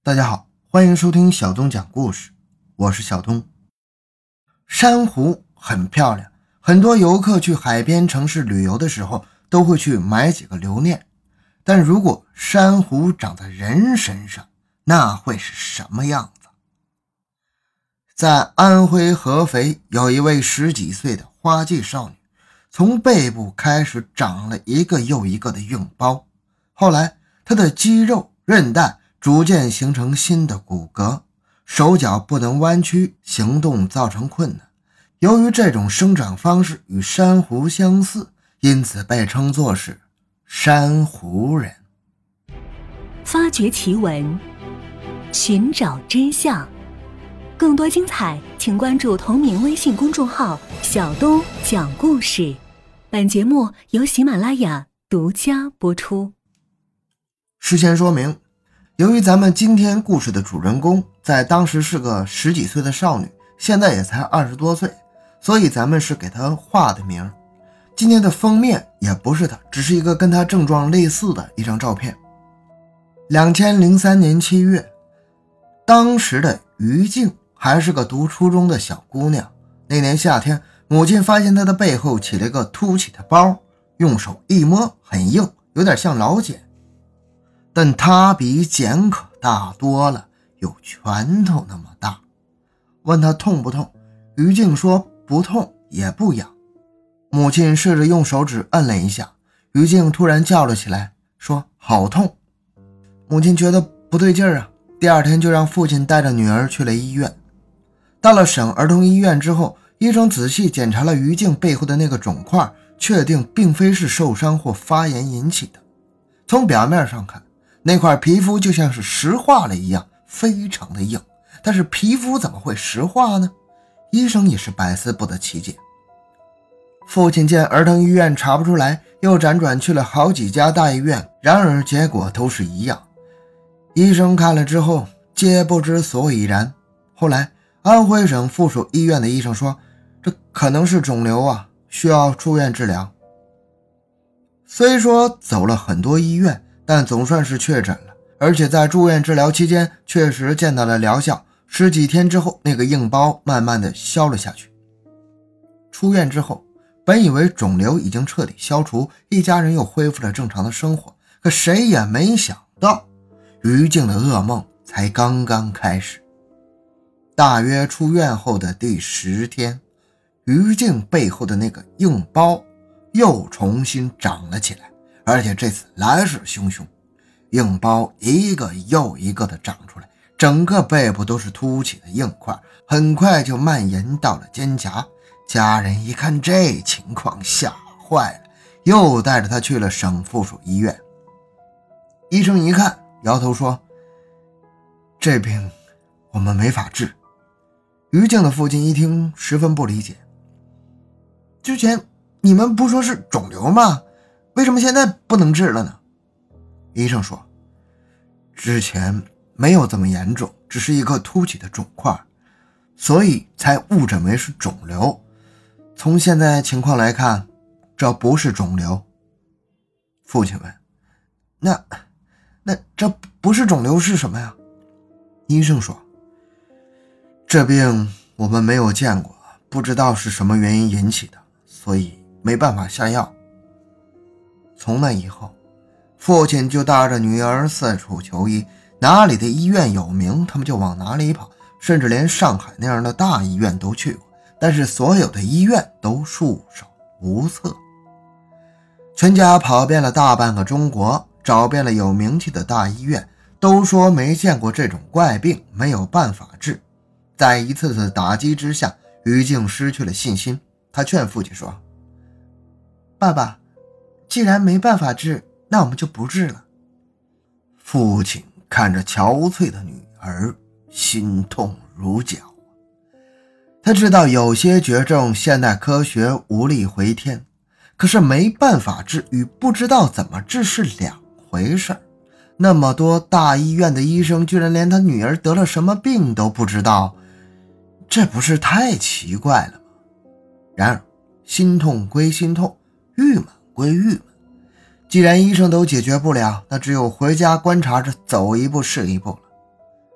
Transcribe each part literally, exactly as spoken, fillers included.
大家好，欢迎收听小东讲故事，我是小东。珊瑚很漂亮，很多游客去海边城市旅游的时候都会去买几个留念。但如果珊瑚长在人身上，那会是什么样子？在安徽合肥有一位十几岁的花季少女，从背部开始长了一个又一个的硬包，后来她的肌肉、韧带逐渐形成新的骨骼，手脚不能弯曲，行动造成困难。由于这种生长方式与珊瑚相似，因此被称作是珊瑚人。 发掘奇闻，寻找真相，更多精彩请关注同名微信公众号小东讲故事。本节目由喜马拉雅独家播出。 事先说明，由于咱们今天故事的主人公在当时是个十几岁的少女，现在也才二十多岁，所以咱们是给她画的名。今天的封面也不是她，只是一个跟她症状类似的一张照片。二零零三年七月，当时的于静还是个读初中的小姑娘。那年夏天，母亲发现她的背后起了一个凸起的包，用手一摸很硬，有点像老茧，但它比茧可大多了，有拳头那么大。问她痛不痛，于静说不痛也不痒。母亲试着用手指摁了一下，于静突然叫了起来，说好痛。母亲觉得不对劲儿啊，第二天就让父亲带着女儿去了医院。到了省儿童医院之后，医生仔细检查了于静背后的那个肿块，确定并非是受伤或发炎引起的。从表面上看，那块皮肤就像是石化了一样，非常的硬，但是皮肤怎么会石化呢？医生也是百思不得其解。父亲见儿童医院查不出来，又辗转去了好几家大医院，然而结果都是一样。医生看了之后皆不知所以然。后来安徽省附属医院的医生说，这可能是肿瘤啊，需要住院治疗。虽说走了很多医院，但总算是确诊了，而且在住院治疗期间确实见到了疗效。十几天之后，那个硬包慢慢的消了下去。出院之后，本以为肿瘤已经彻底消除，一家人又恢复了正常的生活，可谁也没想到于静的噩梦才刚刚开始。大约出院后的第十天，于静背后的那个硬包又重新长了起来，而且这次来势汹汹，硬包一个又一个的长出来，整个背部都是凸起的硬块，很快就蔓延到了肩胛。家人一看这情况吓坏了，又带着他去了省附属医院。医生一看摇头说，这病我们没法治。于静的父亲一听十分不理解，之前你们不说是肿瘤吗？为什么现在不能治了呢？医生说，之前没有这么严重，只是一个凸起的肿块，所以才误诊为是肿瘤。从现在情况来看，这不是肿瘤。父亲问，那那这不是肿瘤是什么呀？医生说，这病我们没有见过，不知道是什么原因引起的，所以没办法下药。从那以后，父亲就带着女儿四处求医，哪里的医院有名他们就往哪里跑，甚至连上海那样的大医院都去过，但是所有的医院都束手无策。全家跑遍了大半个中国，找遍了有名气的大医院，都说没见过这种怪病，没有办法治。在一次次打击之下，于静失去了信心。他劝父亲说，爸爸，既然没办法治，那我们就不治了。父亲看着憔悴的女儿，心痛如绞。他知道有些绝症现代科学无力回天，可是没办法治与不知道怎么治是两回事。那么多大医院的医生居然连他女儿得了什么病都不知道，这不是太奇怪了吗？然而心痛归心痛，郁闷归郁闷，既然医生都解决不了，那只有回家观察着，走一步是一步了。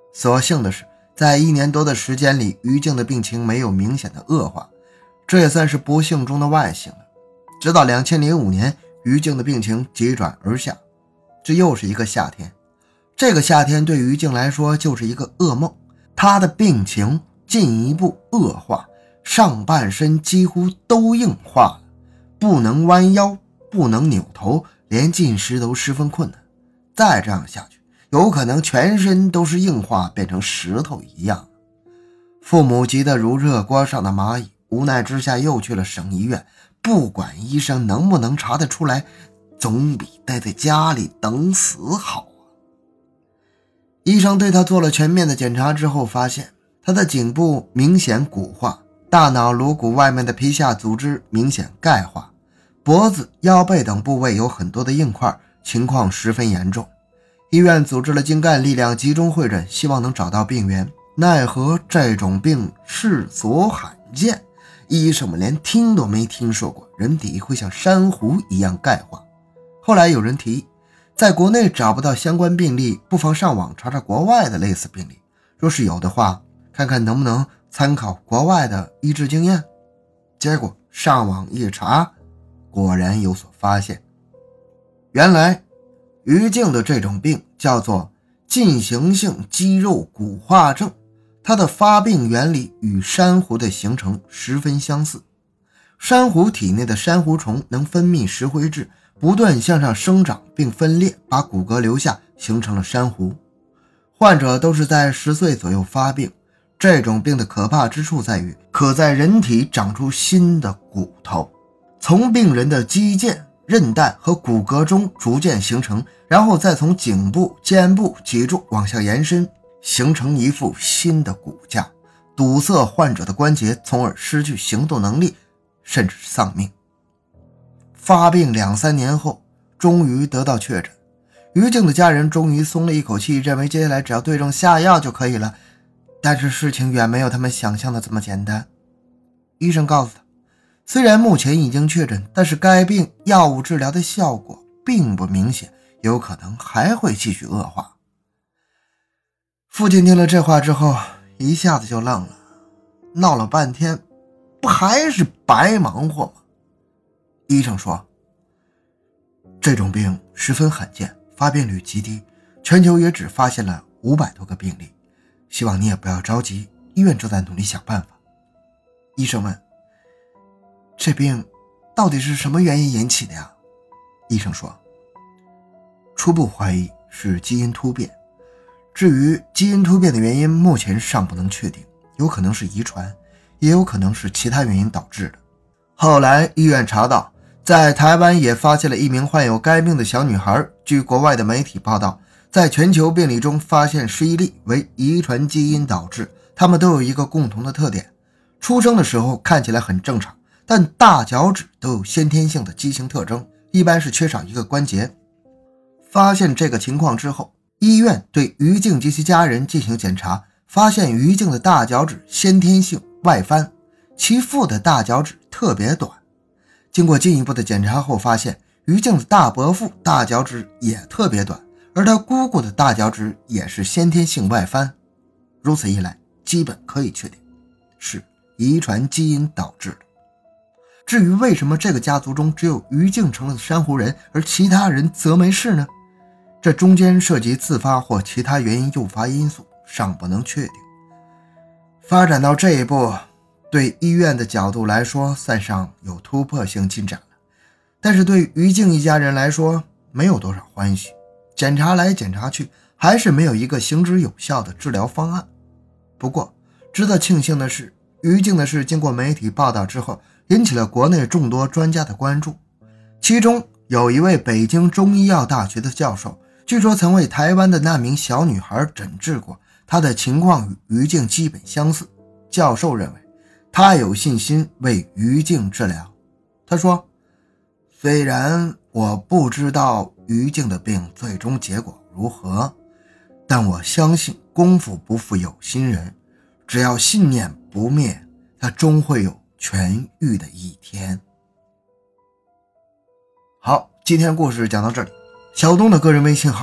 所幸的是，在一年多的时间里，于静的病情没有明显的恶化，这也算是不幸中的万幸了。直到两千零五年，于静的病情急转而下。这又是一个夏天，这个夏天对于静来说就是一个噩梦。她的病情进一步恶化，上半身几乎都硬化了，不能弯腰，不能扭头，连进食都十分困难。再这样下去，有可能全身都是硬化，变成石头一样。父母急得如热锅上的蚂蚁，无奈之下又去了省医院。不管医生能不能查得出来，总比待在家里等死好啊。医生对他做了全面的检查之后，发现他的颈部明显骨化，大脑颅骨外面的皮下组织明显钙化，脖子、腰背等部位有很多的硬块，情况十分严重。医院组织了精干力量集中会诊，希望能找到病源，奈何这种病世所罕见，医生们连听都没听说过人体会像珊瑚一样钙化。后来有人提议，在国内找不到相关病例，不妨上网查查国外的类似病例，若是有的话，看看能不能参考国外的医治经验。结果上网一查，果然有所发现。原来于静的这种病叫做进行性肌肉骨化症，它的发病原理与珊瑚的形成十分相似。珊瑚体内的珊瑚虫能分泌石灰质，不断向上生长并分裂，把骨骼留下，形成了珊瑚。患者都是在十岁左右发病。这种病的可怕之处在于，可在人体长出新的骨头，从病人的肌腱、韧带和骨骼中逐渐形成，然后再从颈部、肩部、脊柱往下延伸，形成一副新的骨架，堵塞患者的关节，从而失去行动能力，甚至丧命。发病两三年后，终于得到确诊。于静的家人终于松了一口气，认为接下来只要对症下药就可以了。但是事情远没有他们想象的这么简单。医生告诉他，虽然目前已经确诊，但是该病药物治疗的效果并不明显，有可能还会继续恶化。父亲听了这话之后，一下子就愣了，闹了半天，不还是白忙活吗？医生说，这种病十分罕见，发病率极低，全球也只发现了五百多个病例，希望你也不要着急，医院正在努力想办法。医生问，这病到底是什么原因引起的呀？医生说，初步怀疑是基因突变，至于基因突变的原因目前尚不能确定，有可能是遗传，也有可能是其他原因导致的。后来医院查到，在台湾也发现了一名患有该病的小女孩，据国外的媒体报道，在全球病例中发现十一例为遗传基因导致，它们都有一个共同的特点，出生的时候看起来很正常，但大脚趾都有先天性的畸形特征，一般是缺少一个关节。发现这个情况之后，医院对于静及其家人进行检查，发现于静的大脚趾先天性外翻，其父的大脚趾特别短。经过进一步的检查后，发现于静的大伯父大脚趾也特别短，而他姑姑的大脚趾也是先天性外翻。如此一来，基本可以确定是遗传基因导致的。至于为什么这个家族中只有于静成了珊瑚人，而其他人则没事呢？这中间涉及自发或其他原因诱发因素，尚不能确定。发展到这一步，对医院的角度来说算上有突破性进展了，但是对于静一家人来说没有多少欢喜，检查来检查去还是没有一个行之有效的治疗方案。不过值得庆幸的是，于静的事经过媒体报道之后，引起了国内众多专家的关注，其中有一位北京中医药大学的教授，据说曾为台湾的那名小女孩诊治过，她的情况与于静基本相似。教授认为他有信心为于静治疗。他说，虽然我不知道于静的病最终结果如何，但我相信功夫不负有心人，只要信念不灭，他终会有痊愈的一天。好，今天故事讲到这里。小东的个人微信号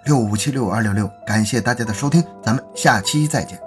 六五七六二六六，感谢大家的收听，咱们下期再见。